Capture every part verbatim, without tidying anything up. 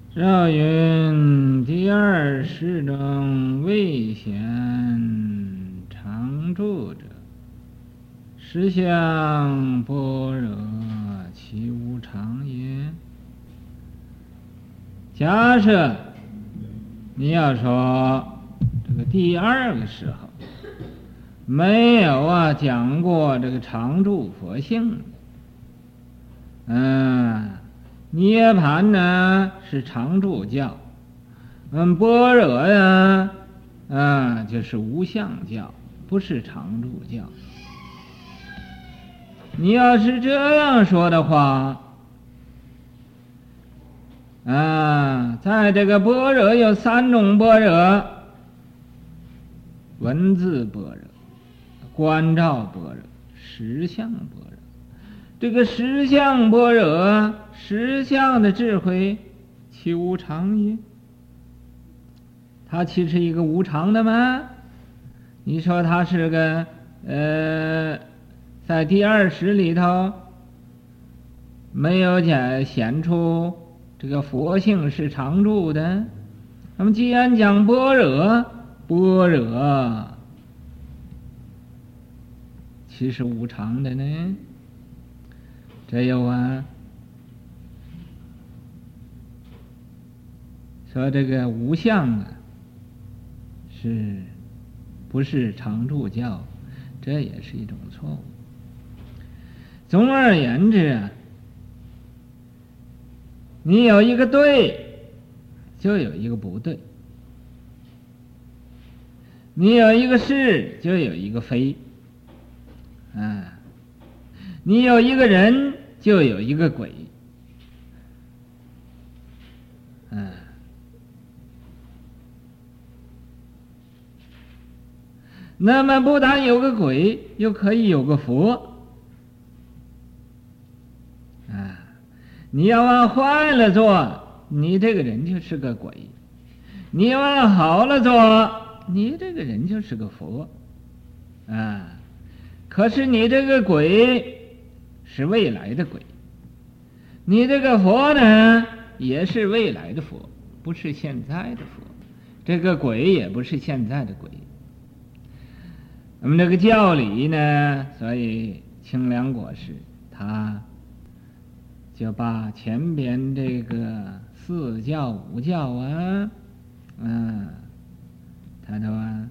绕云第二世中未显常住者，实相般若其无常也。假设你要说这个第二个时候没有啊讲过这个常住佛性，嗯，涅盘呢是常住教，嗯，般若呀，嗯，就是无相教，不是常住教。你要是这样说的话，啊，在这个般若有三种般若：文字般若、观照般若、实相般若。这个实相般若，实相的智慧，其无常也。它岂是一个无常的吗？你说它是个呃，在第二识里头没有显显出这个佛性是常住的。那么既然讲般若，般若其实无常的呢？这有啊，说这个无相啊，是不是常住教？这也是一种错误。总而言之啊，你有一个对，就有一个不对；你有一个是，就有一个非。啊，你有一个人，就有一个鬼。啊，那么不但有个鬼，又可以有个佛。啊，你要往坏了做，你这个人就是个鬼；你要往好了做，你这个人就是个佛。啊，可是你这个鬼是未来的鬼，你这个佛呢也是未来的佛，不是现在的佛。这个鬼也不是现在的鬼。我们这个教理呢，所以清凉果师他就把前边这个四教五教啊，嗯，他都啊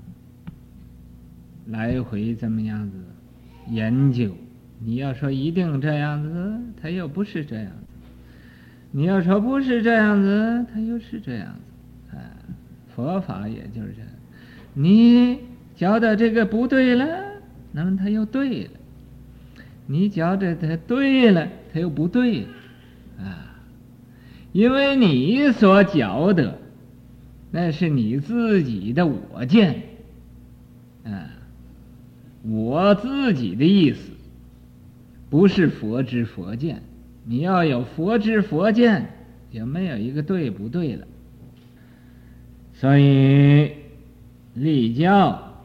来回这么样子研究。你要说一定这样子，他又不是这样子；你要说不是这样子，他又是这样子。啊，佛法也就是这样，你觉得这个不对了，那么他又对了；你觉得他对了，他又不对了。啊，因为你所觉得那是你自己的我见，啊，我自己的意思，不是佛知佛见。你要有佛知佛见，就没有一个对不对了。所以立教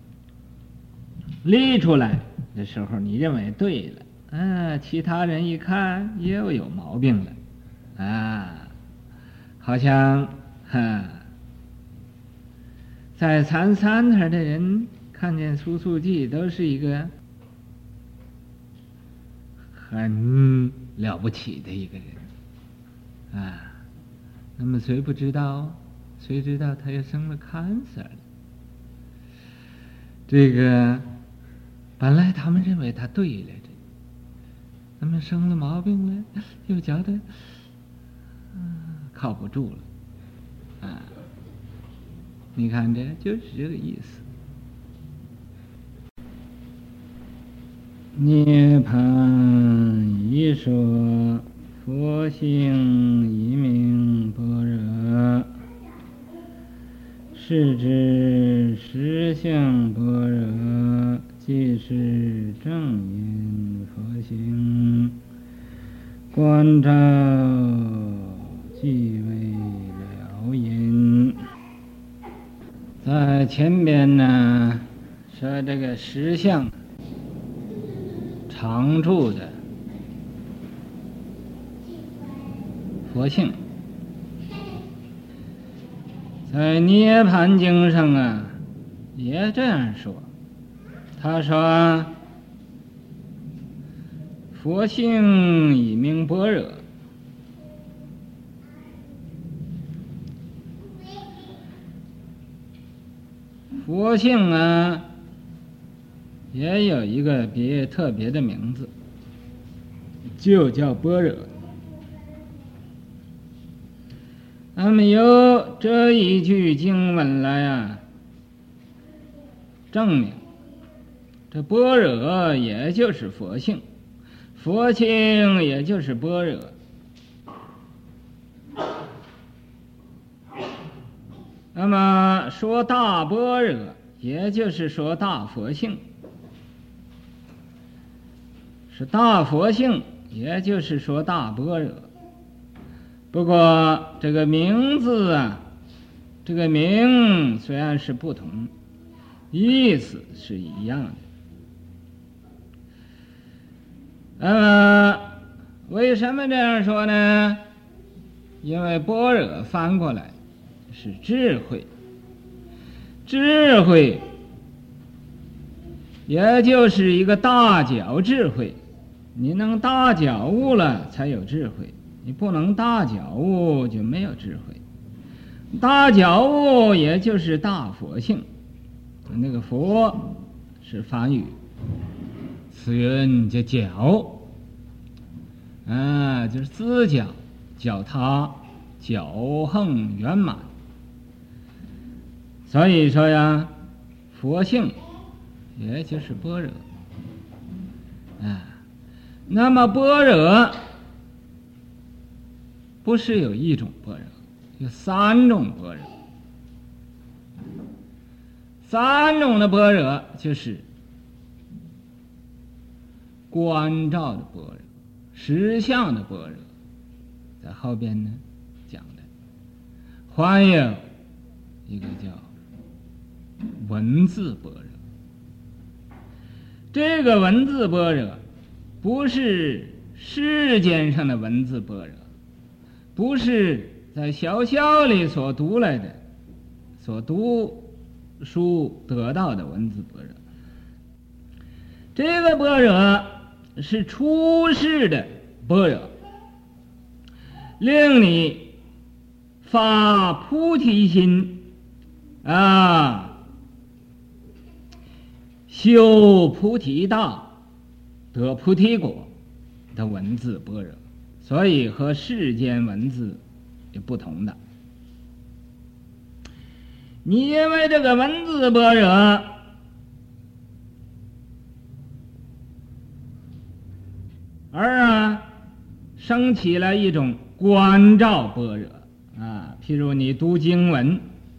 立出来的时候，你认为对了，啊，其他人一看又有毛病了，啊，好像哈，在禅三台的人看见苏素记都是一个很了不起的一个人，啊，那么谁不知道？谁知道他又生了 cancer 了？这个本来他们认为他对来着，那么生了毛病了，又觉得、嗯、靠不住了，啊，你看这就是这个意思。涅槃一说，佛性一名般若，是指实相般若，即是正因佛性，观照即为了因。在前边呢说这个实相常住的佛性， 在《涅盘经》上啊，也这样说。他说：“佛性以名般若。”佛性啊，也有一个别特别的名字，就叫般若。那么由这一句经文来啊，证明这般若也就是佛性，佛性也就是般若。那么说大般若，也就是说大佛性，是大佛性，也就是说大般若。不过这个名字啊，这个名虽然是不同，意思是一样的。那么为什么这样说呢？因为般若翻过来是智慧，智慧也就是一个大觉智慧，你能大觉悟了才有智慧，你不能大觉悟就没有智慧。大觉悟也就是大佛性，那个佛是梵语，此云叫觉，啊，就是自觉，觉他，觉恒圆满。所以说呀，佛性也就是般若，啊，那么般若不是有一种般若，有三种般若。三种的般若就是观照的般若，实相的般若，在后边呢讲的。还有一个叫文字般若，这个文字般若不是世间上的文字般若，不是在小校里所读来的，所读书得到的文字般若。这个般若是出世的般若，令你发菩提心啊，修菩提道，得菩提果的文字般若，所以和世间文字有不同的。你因为这个文字般若而啊升起了一种观照般若啊，譬如你读经文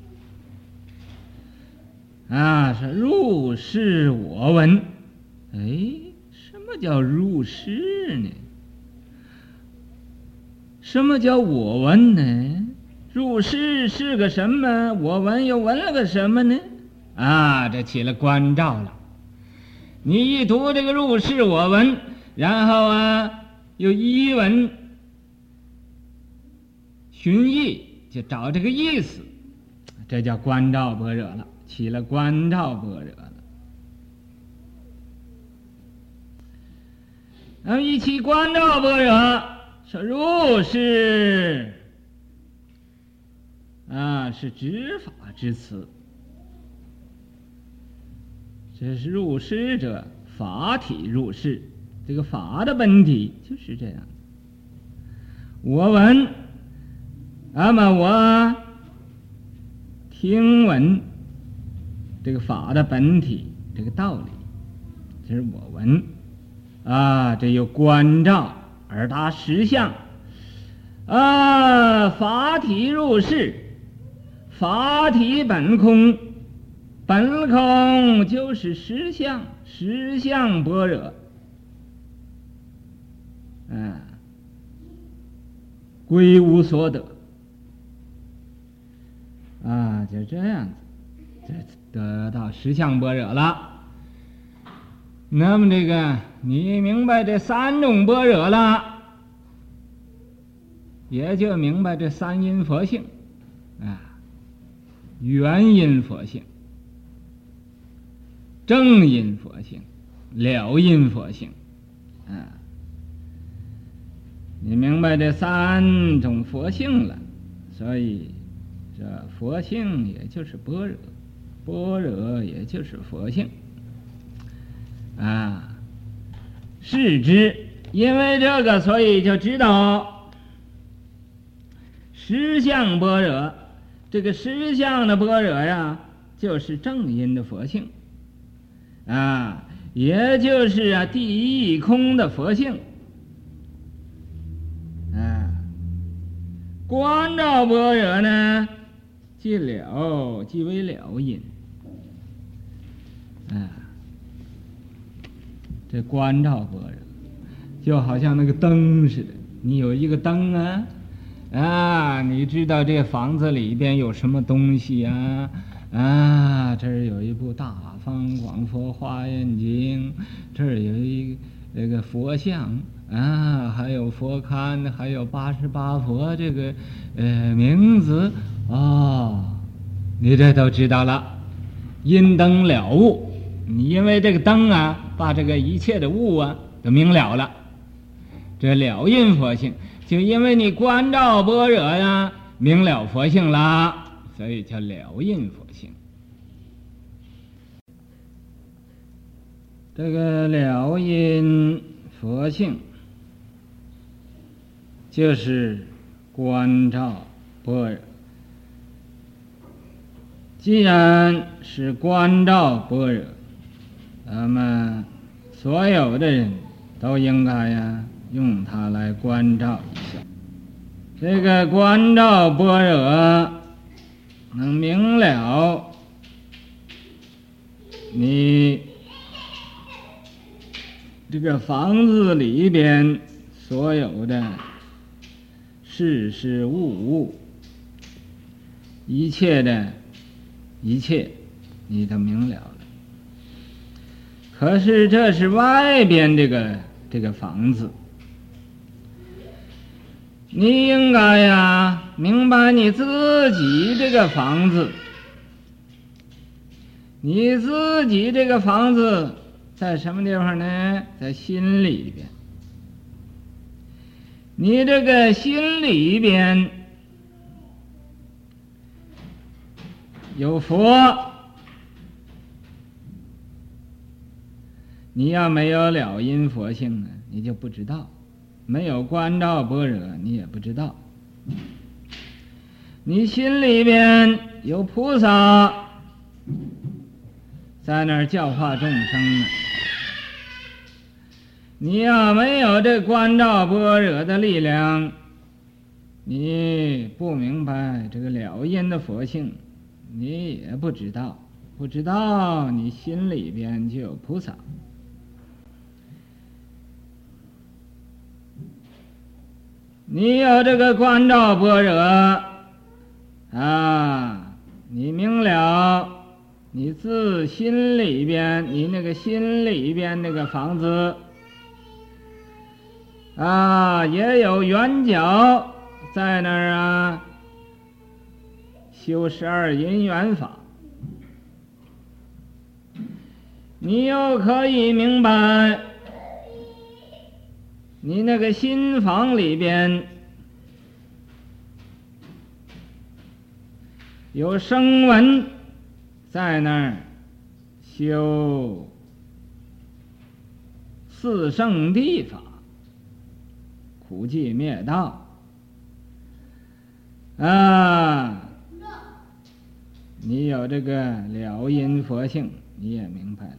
啊，是入世我闻。哎，什么叫入世呢？什么叫我闻呢？入世是个什么？我闻又闻了个什么呢？啊，这起了观照了。你一读这个入世我闻，然后啊又依文寻义，就找这个意思，这叫观照般若了，起了观照般若了。那么一起观照般若，说入世啊，是执法之词。这是入世者，法体入世，这个法的本体就是这样。我闻，那么我听闻，这个法的本体，这个道理，这是我闻啊，这有观照而达实相啊，法体入世，法体本空，本空就是实相，实相般若，啊，归无所得，啊，就这样子，就得到实相般若了。那么这个你明白这三种般若了，也就明白这三因佛性啊。 原因佛性、正因佛性、了因佛性啊。你明白这三种佛性了，所以这佛性也就是般若，般若也就是佛性啊。是知，因为这个，所以就知道实相般若。这个实相的般若呀，就是正因的佛性啊，也就是啊第一空的佛性啊。观照般若呢，即了即为了因啊。这观照般若就好像那个灯似的，你有一个灯啊啊，你知道这房子里边有什么东西啊？啊，这儿有一部《大方广佛华严经》，这儿有一那个佛像啊，还有佛龛，还有八十八佛这个呃名字哦，你这都知道了。因灯了悟，你因为这个灯啊，把这个一切的物啊都明了了，这了因佛性。就因为你观照般若呀，明了佛性啦，所以叫了因佛性。这个了因佛性就是观照般若。既然是观照般若，那么所有的人都应该呀用它来关照一下。这个观照般若能明了你这个房子里边所有的事事物物，一切的一切你都明了了。可是这是外边这个这个房子，你应该呀明白你自己这个房子，你自己这个房子在什么地方呢？在心里边。你这个心里边有佛，你要没有了因佛性呢，你就不知道；没有观照般若，你也不知道。你心里边有菩萨在那儿教化众生呢，你要没有这观照般若的力量，你不明白这个了因的佛性，你也不知道，不知道你心里边就有菩萨。你有这个观照般若啊，你明了你自心里边，你那个心里边那个房子啊，也有圆角在那儿啊，修十二因缘法。你又可以明白你那个心房里边有声闻在那儿修四圣谛法，苦寂灭道啊，你有这个了因佛性，你也明白了。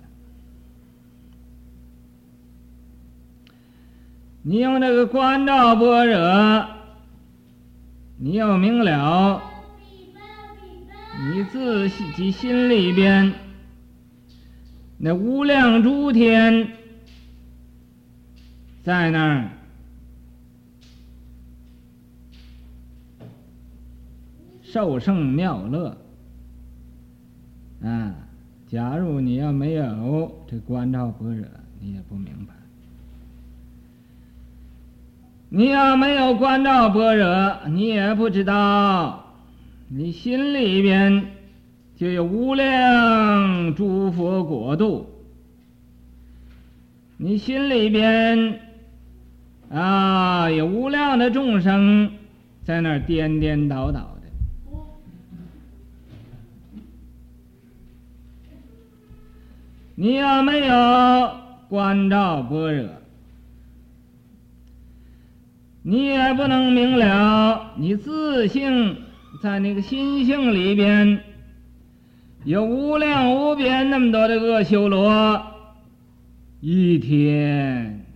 你用这个观照般若，你又明了你自己心里边那无量诸天在那儿受胜妙乐啊！假如你要没有这观照般若，你也不明白。你要没有观照般若，你也不知道你心里边就有无量诸佛国度。你心里边啊，有无量的众生在那儿颠颠倒倒的。你要没有观照般若，你也不能明了你自性在那个心性里边有无量无边那么多的恶修罗，一天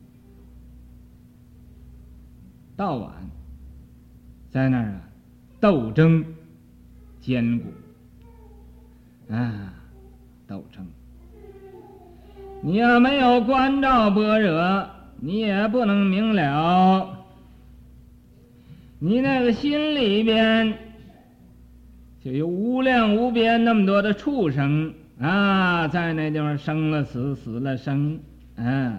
到晚在那儿啊斗争艰苦啊斗争。你要没有观照般若，你也不能明了你那个心里边就有无量无边那么多的畜生啊，在那地方生了死，死了生啊。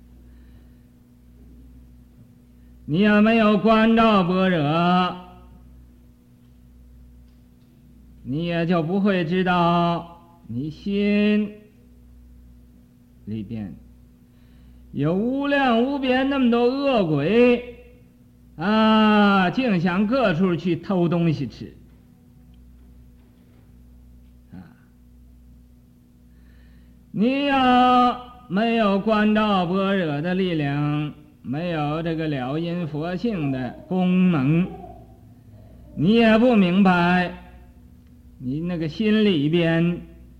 你要没有观照般若，你也就不会知道你心里边有无量无边那么多恶鬼啊，竟想各处去偷东西吃啊！你要没有观照般若的力量，没有这个了因佛性的功能，你也不明白你那个心里边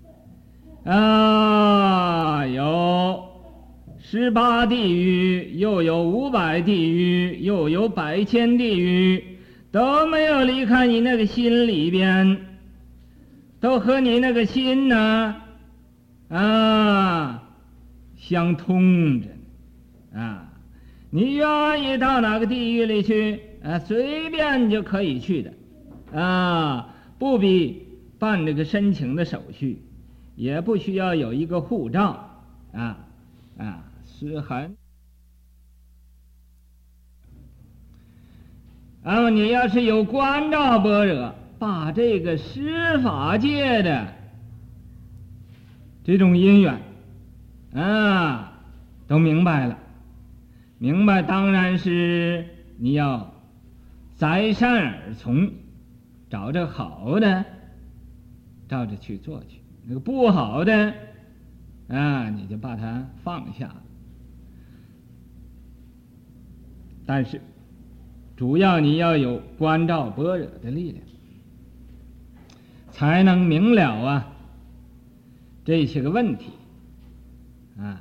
啊有十八地狱，又有五百地狱，又有百千地狱，都没有离开你那个心里边，都和你那个心呢啊相通着啊。你愿意到哪个地狱里去啊，随便就可以去的啊，不必办这个申请的手续，也不需要有一个护照啊啊。是很啊，你要是有观照般若，把这个十法界的这种因缘啊都明白了，明白当然是你要择善而从，找着好的照着去做去，那个不好的啊你就把它放下了。但是主要你要有观照般若的力量，才能明了啊这些个问题啊。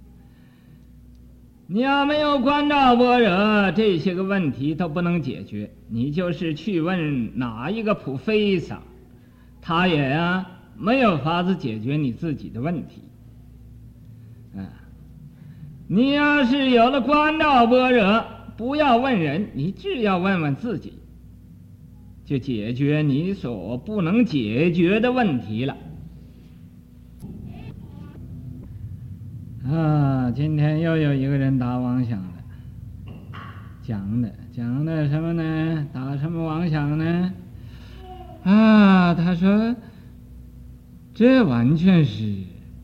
你要没有观照般若，这些个问题都不能解决。你就是去问哪一个普飞萨，他也啊没有法子解决你自己的问题啊。你要是有了观照般若，不要问人，你只要问问自己，就解决你所不能解决的问题了啊。今天又有一个人打妄想了，讲的讲的什么呢？打什么妄想呢？啊，他说这完全是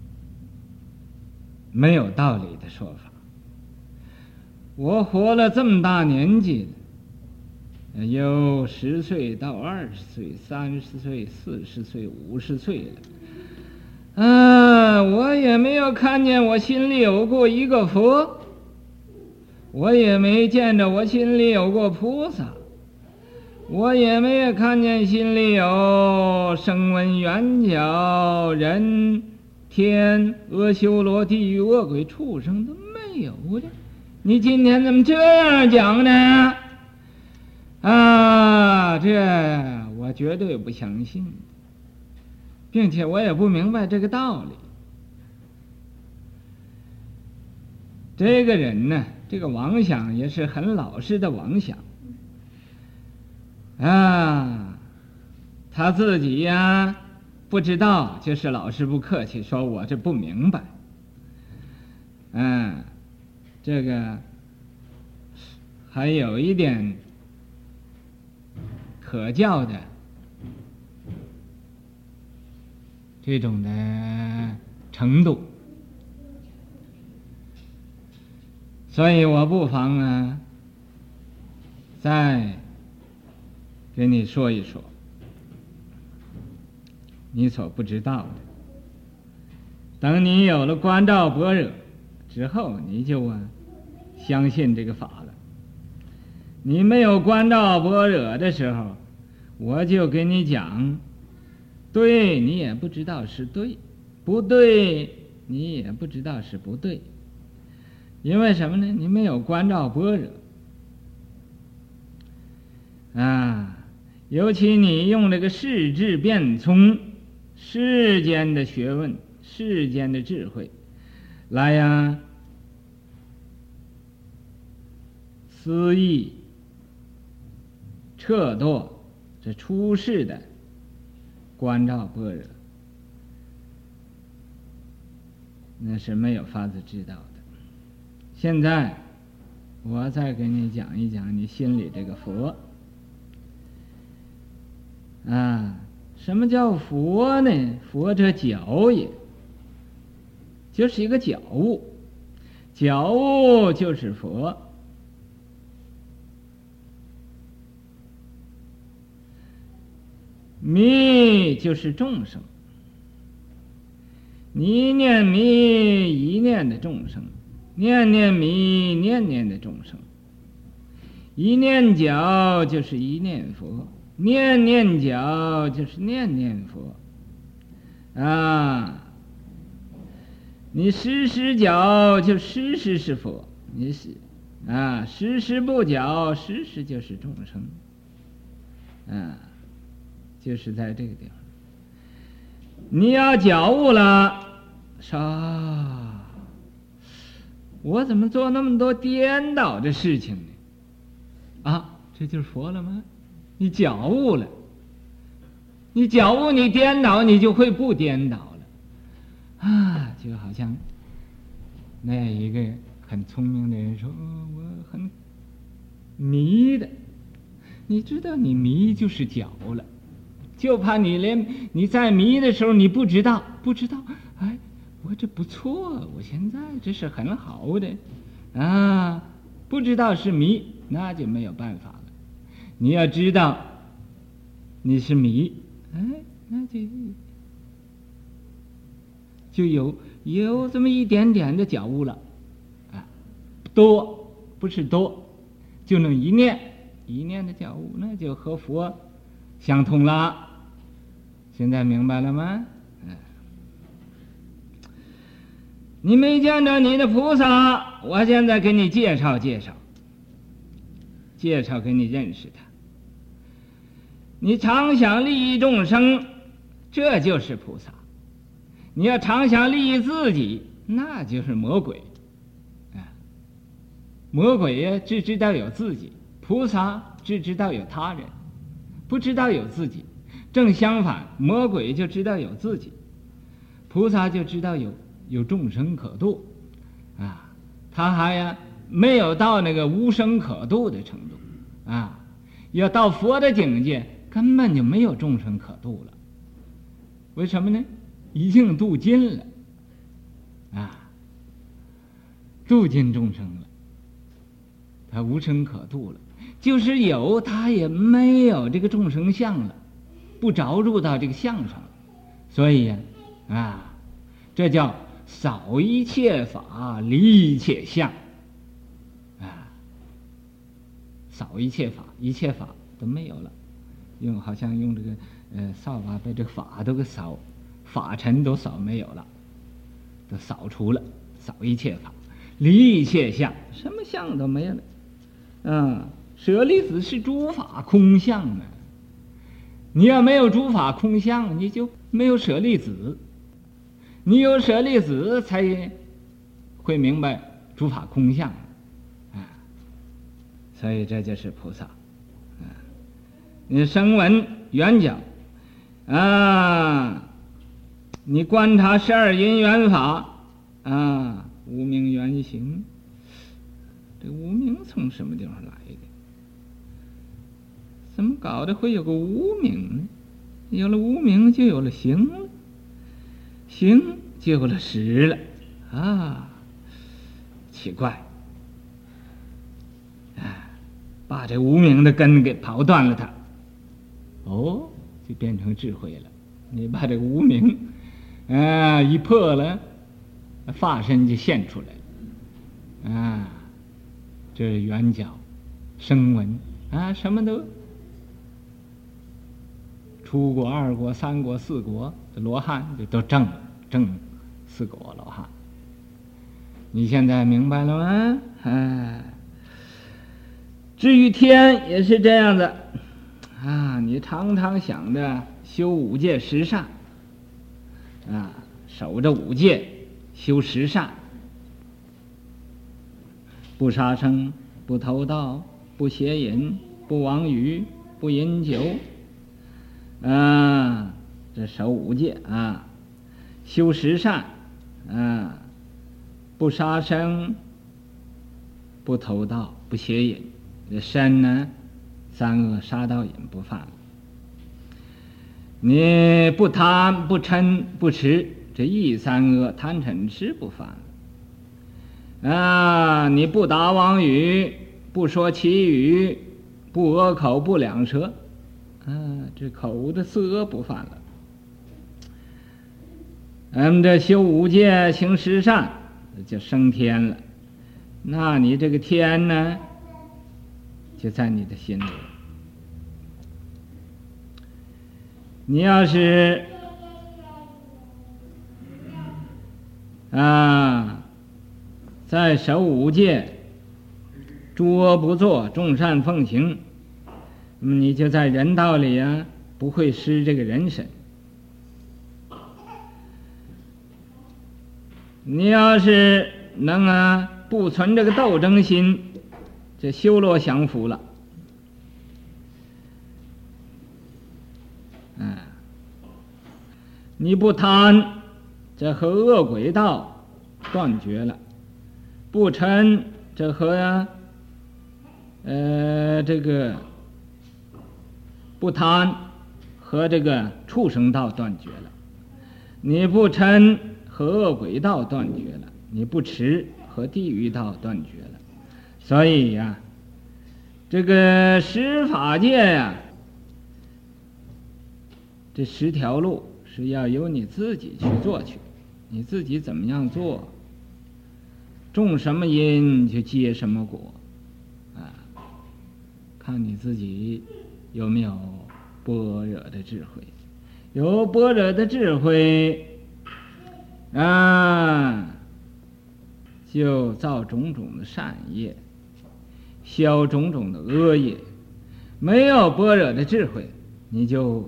没有道理的说法。我活了这么大年纪了，有十岁到二十岁、三十岁、四十岁、五十岁了，啊，我也没有看见我心里有过一个佛，我也没见着我心里有过菩萨，我也没有看见心里有声闻缘觉人天阿修罗地狱恶鬼畜生，都没有的。你今天怎么这样讲呢？啊，这我绝对不相信，并且我也不明白这个道理。这个人呢，这个妄想也是很老实的妄想啊，他自己呀不知道，就是老实不客气，说我这不明白。嗯，这个还有一点可教的这种的程度。所以我不妨啊，再给你说一说你所不知道的。等你有了观照般若之后，你就啊相信这个法了。你没有观照般若的时候，我就给你讲，对你也不知道是对，不对你也不知道是不对。因为什么呢？你没有观照般若啊，尤其你用这个世智辩聪，世间的学问，世间的智慧来呀思议彻度这出世的观照般若，那是没有法子知道的。现在我再给你讲一讲你心里这个佛啊，什么叫佛呢？佛者觉也，就是一个觉悟，觉悟就是佛。迷就是众生，你一念迷，一念的众生，念念迷，念念的众生，一念觉就是一念佛，念念觉就是念念佛啊！你时时觉就时时是佛，你是啊，时时不觉，时时就是众生啊，就是在这个地方。你要觉悟了，说我怎么做那么多颠倒的事情呢？啊，这就是佛了吗？你觉悟了，你觉悟，你颠倒，你就会不颠倒了啊！就好像那一个很聪明的人说，我很迷的，你知道你迷就是觉了，就怕你连你在迷的时候你不知道，不知道，哎，我这不错，我现在这是很好的啊，不知道是迷，那就没有办法了。你要知道你是迷，哎，那就就有有这么一点点的觉悟了啊，多不是多，就能一念一念的觉悟，那就和佛相通了。现在明白了吗？嗯，你没见着你的菩萨，我现在给你介绍介绍，介绍给你认识他。你常想利益众生，这就是菩萨；你要常想利益自己，那就是魔鬼。啊，魔鬼呀，只知道有自己；菩萨只知道有他人，不知道有自己。正相反，魔鬼就知道有自己，菩萨就知道有有众生可度。啊，他还呀没有到那个无生可度的程度啊，要到佛的境界，根本就没有众生可度了。为什么呢？已经度尽了啊，度尽众生了，他无生可度了。就是有，他也没有这个众生相了，不着入到这个相上了。所以呀，啊，这叫扫一切法，离一切相啊，扫一切法，一切法都没有了，用好像用这个呃扫把把这个法都给扫，法尘都扫没有了，都扫除了，扫一切法，离一切相，什么相都没有了。嗯，舍利子是诸法空相啊，你要没有诸法空相，你就没有舍利子，你有舍利子才会明白诸法空相啊。所以这就是菩萨啊。你声闻缘觉啊，你观察十二因缘法啊，无明缘行，这无明从什么地方来的？怎么搞的会有个无明呢？有了无明就有了行了行救了实了啊，奇怪，啊，把这无明的根给刨断了它，哦，就变成智慧了。你把这个无明啊一破了，法身就现出来了啊，这是圆角声闻啊，什么都初果、二果、三果、四果，这罗汉这都证了，证四果罗汉。你现在明白了吗？哎，至于天也是这样的啊，你常常想着修五戒十善啊，守着五戒修十善，不杀生，不偷盗，不邪淫，不妄语，不饮酒啊，这守五戒啊，修十善啊，不杀生，不偷盗，不邪淫。这身呢，三恶杀盗淫不犯了。你不贪不嗔不痴，这一三恶贪嗔痴不犯了啊！你不打妄语，不说绮语，不恶口，不两舌啊，这口的四恶不犯了。咱们这修五戒行十善就升天了，那你这个天呢就在你的心里。你要是啊在守五戒，诸恶不作，众善奉行，那么你就在人道里啊不会失这个人身。你要是能啊不存这个斗争心，这修罗降伏了。嗯，你不贪，这和恶鬼道断绝了；不嗔，这和呀、呃这个不贪和这个畜生道断绝了。你不嗔和恶鬼道断绝了，你不持和地狱道断绝了。所以呀、啊，这个十法界呀、啊，这十条路是要由你自己去做去，你自己怎么样做，种什么因就结什么果啊，看你自己有没有般若的智慧。有般若的智慧啊，就造种种的善业，消种种的恶业。没有般若的智慧，你就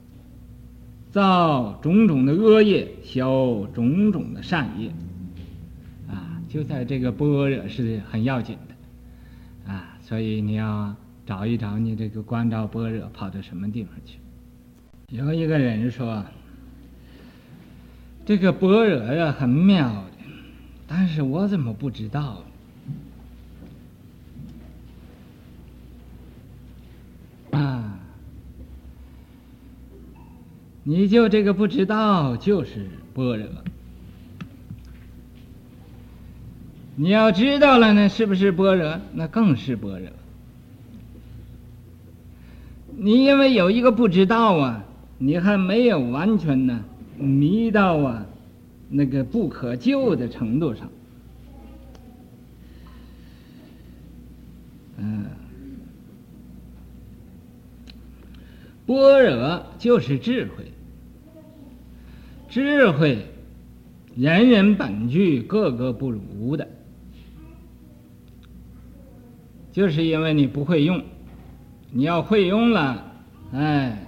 造种种的恶业，消种种的善业啊，就在这个般若是很要紧的啊，所以你要找一找你这个观照般若跑到什么地方去。有一个人说，这个般若呀很妙的，但是我怎么不知道啊？你就这个不知道就是般若，你要知道了呢，是不是般若？那更是般若。你因为有一个不知道啊，你还没有完全呢迷到啊那个不可救的程度上。嗯，般若就是智慧，智慧人人本具，个个不如的，就是因为你不会用，你要会用了，哎，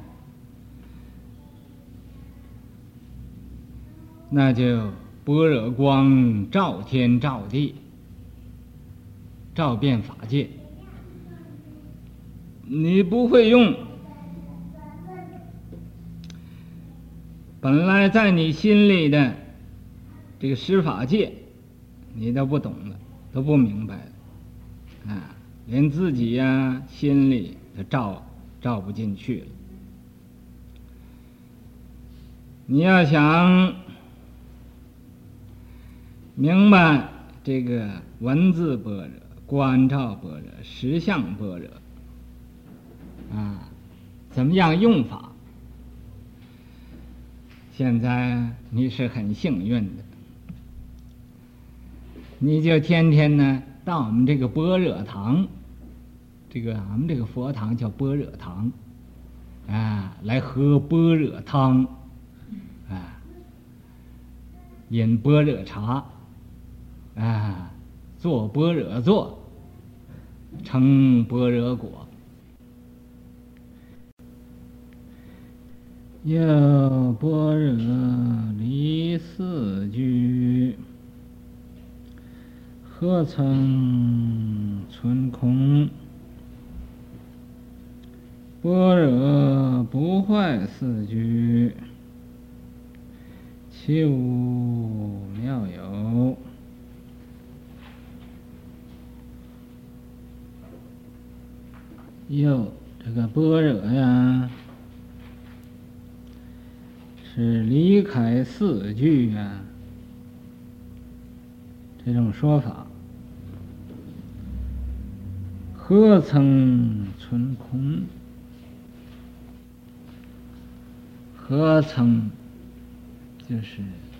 那就般若光照天照地，照遍法界。你不会用，本来在你心里的这个十法界你都不懂了，都不明白了啊，连自己呀、啊、心里都照照不进去了。你要想明白这个文字般若、观照般若、实相般若啊，怎么样用法？现在你是很幸运的，你就天天呢到我们这个般若堂，这个俺们这个佛堂叫般若堂啊，来喝般若汤啊，饮般若茶啊，做般若座，成般若果。又般若离四句，何曾存空？般若不坏四句，其无妙有。又这个般若呀，是离开四句啊，这种说法，何曾存空？何曾就是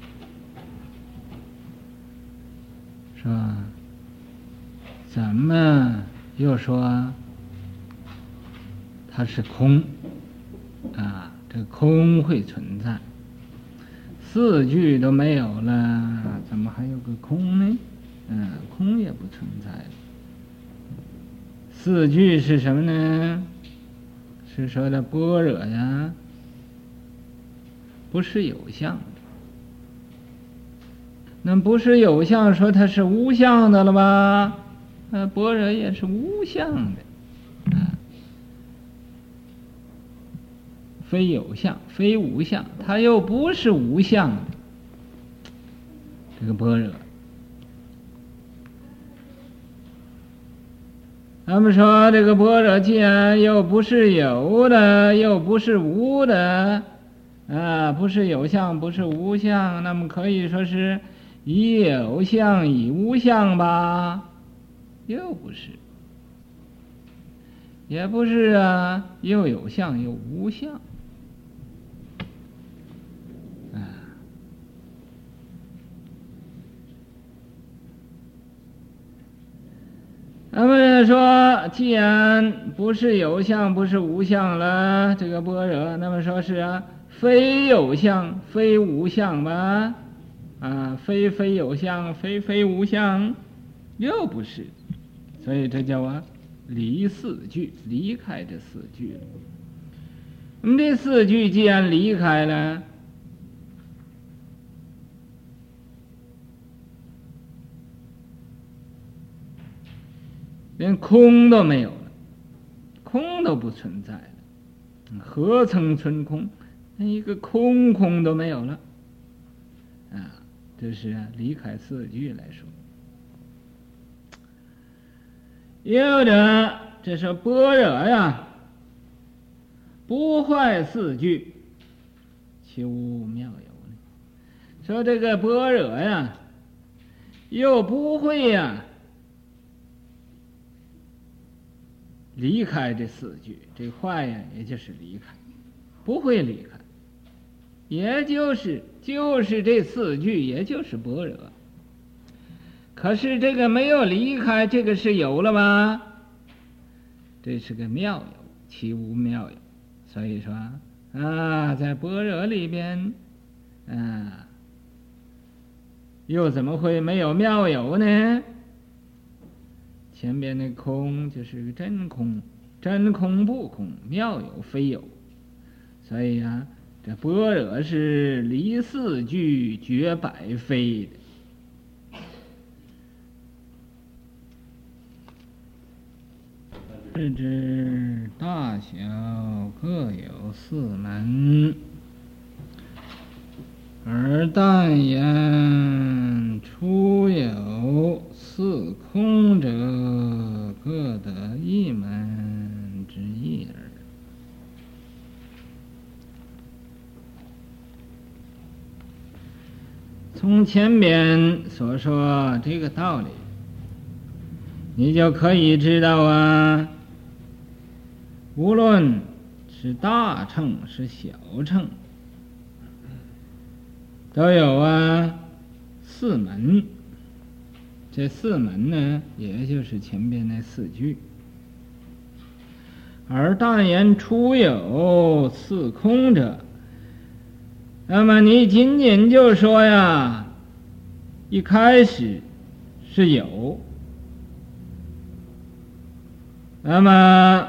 是吧？怎么又说它是空啊？这个空会存在，四句都没有了，怎么还有个空呢？嗯，空也不存在了。四句是什么呢？是说的般若呀，不是有相的。那不是有相，说它是无相的了吧？呃，般若也是无相的，啊，非有相，非无相，它又不是无相的。这个般若，他们说这个般若既然又不是有的，又不是无的，啊，不是有相，不是无相，那么可以说是以有相以无相吧？又不是，也不是啊，又有相又无相。那么说，既然不是有相，不是无相了，这个般若，那么说是啊，非有相，非无相吧？啊，非非有相，非非无相，又不是，所以这叫啊离四句，离开这四句了。我们这四句既然离开了，连空都没有了，空都不存在了，何曾存空？那一个空空都没有了，啊，这是啊离开四句来说。有者这是般若呀，不坏四句，其无妙有呢。说这个般若呀，又不会呀离开这四句，这坏呀，也就是离开，不会离开，也就是就是这四句，也就是般若。可是这个没有离开，这个是有了吗？这是个妙有，其无妙有。所以说啊，在般若里边，啊，又怎么会没有妙有呢？前边那空就是个真空，真空不空，妙有非有。所以啊，这般若是离四句绝百非的。是指大小各有四门，而但言出有四空者，各得一门之意耳。 从前边所说这个道理，你就可以知道啊，无论是大乘是小乘，都有啊四门。这四门呢，也就是前边那四句。而但言初有次空者，那么你仅仅就说呀，一开始是有，那么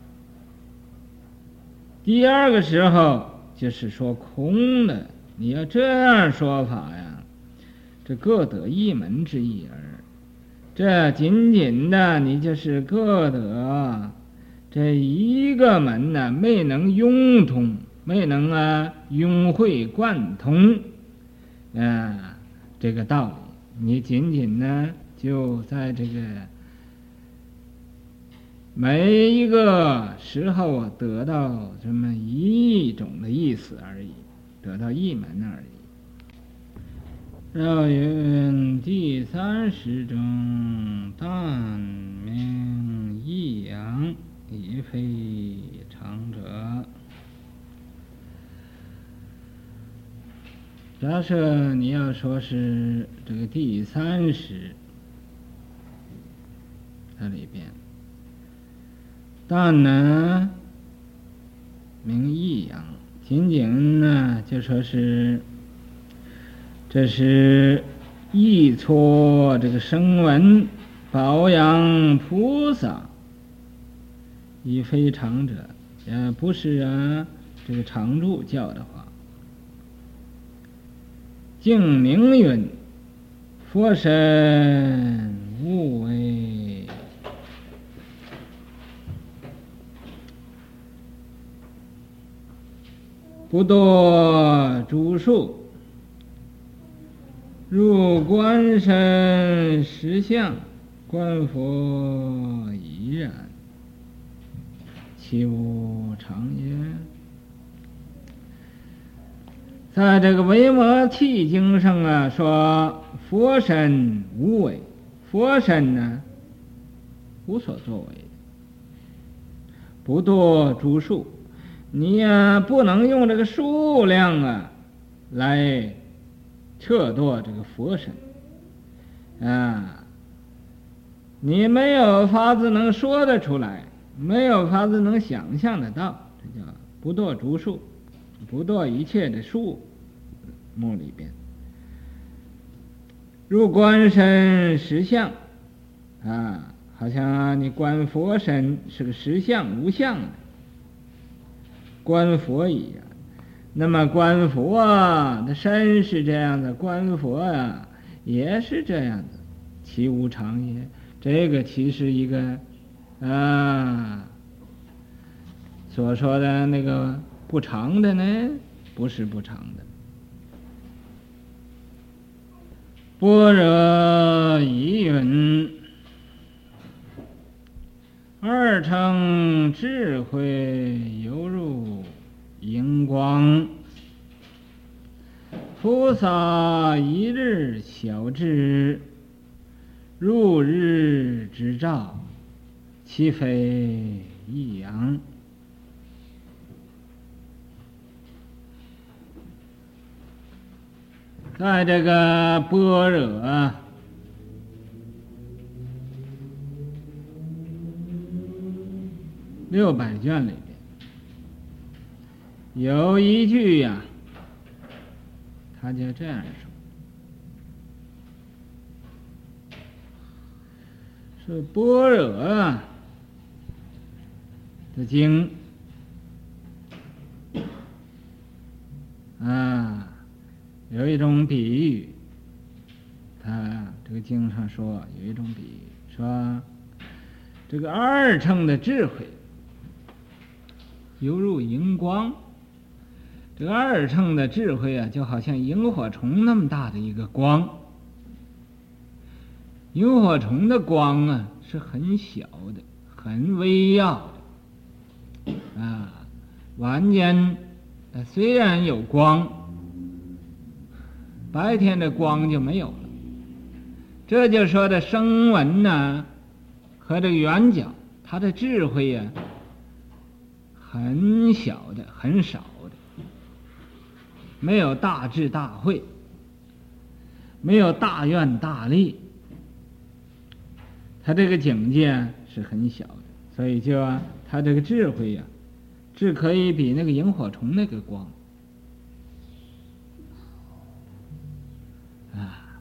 第二个时候就是说空的。你要这样说法呀，这各得一门之意耳。这仅仅的你就是各得这一个门呢，没能融通，没能啊融会贯通啊这个道理。你仅仅呢就在这个每一个时候得到这么一种的意思而已，得到一门而已。绕云第三十中，但名一阳，已非常者。假设你要说是这个第三十，它里边，但呢名一阳，仅仅呢就说是。这是一撮这个声闻保养菩萨，已非常者，也不是啊这个常住教的话。净名云：佛身无为，不多诸数。入观身实相，观佛已然，其无常也。在这个维摩诘经上啊，说佛身无为，佛身呢无所作为，不多诸数。你呀、啊、不能用这个数量啊来测度这个佛身啊，你没有法子能说得出来，没有法子能想象得到，这叫不堕诸数，不堕一切的数目里边。入观身实相啊，好像、啊、你观佛身是个实相无相的，观佛一样。那么观佛啊，他身是这样的，观佛啊也是这样的，其无常也。这个其实一个啊所说的那个不常的呢，不是不常的。般若依云：二乘智慧犹如荧光，菩萨一日小智，入日之照，其非一阳。在这个般若六百卷里边有一句呀、啊，他就这样说：是般若的经啊，有一种比喻，他这个经上说有一种比喻，说这个二乘的智慧犹如荧光。这个二乘的智慧啊，就好像萤火虫那么大的一个光。萤火虫的光啊是很小的，很微耀的啊，晚间虽然有光， 白天的光就没有了。这就说的声闻呢和这个圆角，它的智慧呀、啊、很小的，很少的，没有大智大慧，没有大愿大力，他这个境界是很小的，所以就啊，他这个智慧呀、啊，只可以比那个萤火虫那个光啊。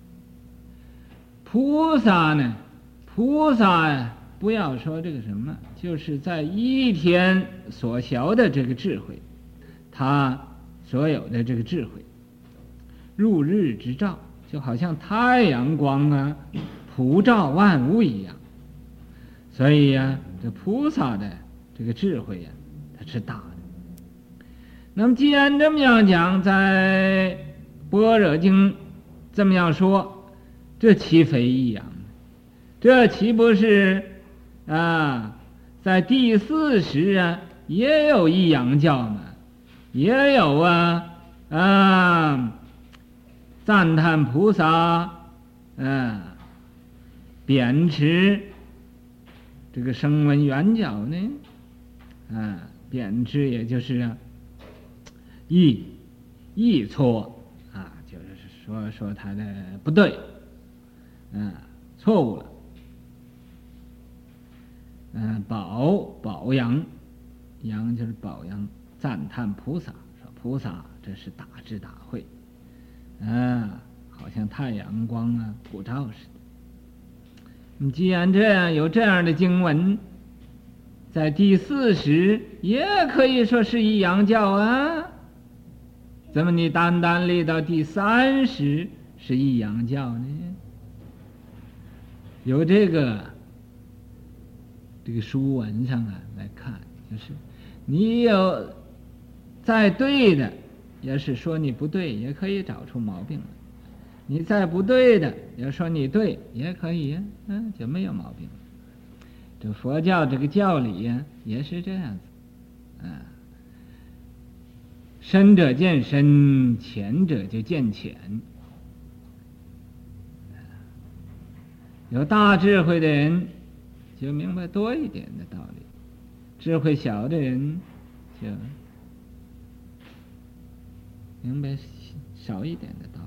菩萨呢，菩萨呀，不要说这个什么，就是在一天所学的这个智慧，他所有的这个智慧，入日之照，就好像太阳光啊普照万物一样。所以呀、啊，这菩萨的这个智慧呀、啊，它是大的。那么既然这么样讲，在《般若经》这么样说，这岂非一样？这岂不是啊？在第四识啊，也有一阳教嘛，也有啊啊，赞叹菩萨，啊，贬斥这个声闻缘觉呢，啊，贬斥也就是啊，意意错啊，就是说说他的不对。嗯，错误了。嗯，保保养，养就是保养，赞叹菩萨，说菩萨这是大智大慧，啊，好像太阳光啊普照似的。你既然这样，有这样的经文，在第四识也可以说是一阳教啊，怎么你单单立到第三识是一阳教呢？由这个这个书文上啊来看，就是你有再对的，也是说你不对，也可以找出毛病来；你再不对的，也说你对，也可以呀，嗯，就没有毛病了。这佛教这个教理呀，也是这样子，啊，深者见深，浅者就见浅。有大智慧的人就明白多一点的道理，智慧小的人就明白少一点的道理。